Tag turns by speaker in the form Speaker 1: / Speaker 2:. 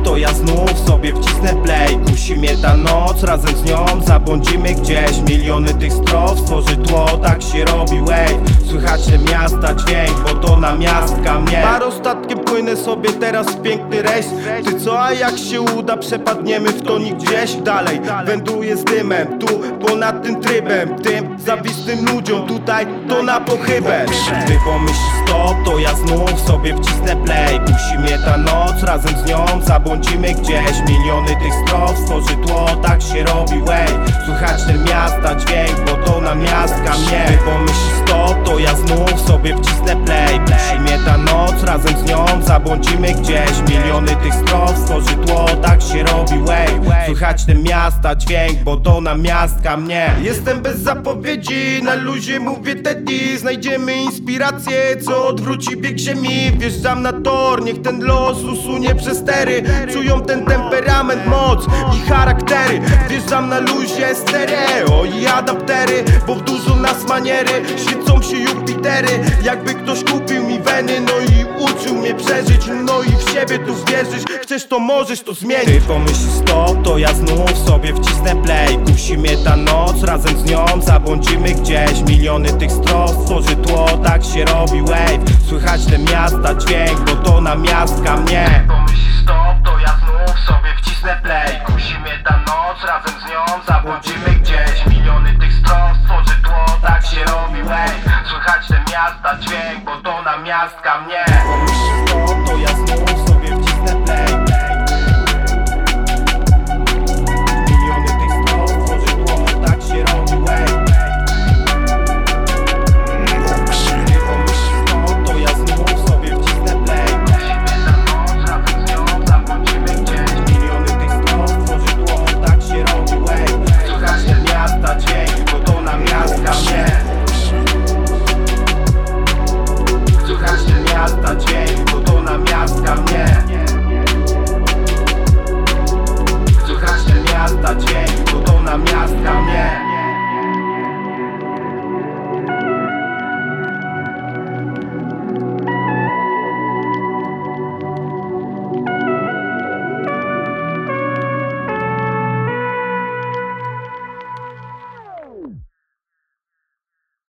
Speaker 1: to ja znów sobie wcisnę play. Kusi mnie ta noc, razem z nią zabłądzimy gdzieś. Miliony tych strof stworzy tło, tak się robi wave. Słychać te miasta dźwięk, bo to namiastka mnie. Parostatkiem płynę sobie teraz w piękny rejs. Ty co, a jak się uda, przepadniemy w tonik gdzieś dalej. Wędruję z dymem, tu ponad tym trybem. Tym zawistym ludziom tutaj to na pochybę. Ty pomyślisz stop, to ja znów sobie wcisnę play. Kusi mnie ta noc, razem z nią zabłądzimy gdzieś. Miliony tych strof stworzy tło, tak się robi wave. Słychać ten miasta dźwięk, bo to namiastka mnie. Ty pomyślisz stop, to ja znów sobie wcisnę play. Kusi mnie ta noc, razem z nią zabłądzimy gdzieś. Miliony tych strof stworzy tło, tak się robi wave. Słychać ten miasta dźwięk, bo to namiastka mnie. Jestem bez zapowiedzi, na luzie mówię Teddy. Znajdziemy inspirację, co odwróci bieg ziemi. Wjeżdżam na tor, niech ten los usunie przestery. Czują ten temperament, moc i charaktery. Wjeżdżam na luzie stereo i adaptery, bo w dużo nas maniery. Świecą się Jupitery, jakby ktoś kupił mi weny. No i uczył mnie przeżyć, no i w siebie tu wierzysz. Chcesz to możesz to zmienić. Ty pomyślisz stop, to ja znów sobie wcisnę play. Kusi mnie ta noc, razem z nią zabłądzimy gdzieś. Miliony tych strof stworzy tło, tak się robi wave. Słychać te miasta dźwięk, bo to namiastka mnie. Pomyślisz stop, to ja znów sobie wcisnę play. Kusi mnie ta noc, razem z nią zabłądzimy gdzieś. Miliony tych stron stworzy tło, tak się robi wave. Słychać te miasta dźwięk, bo to namiastka mnie.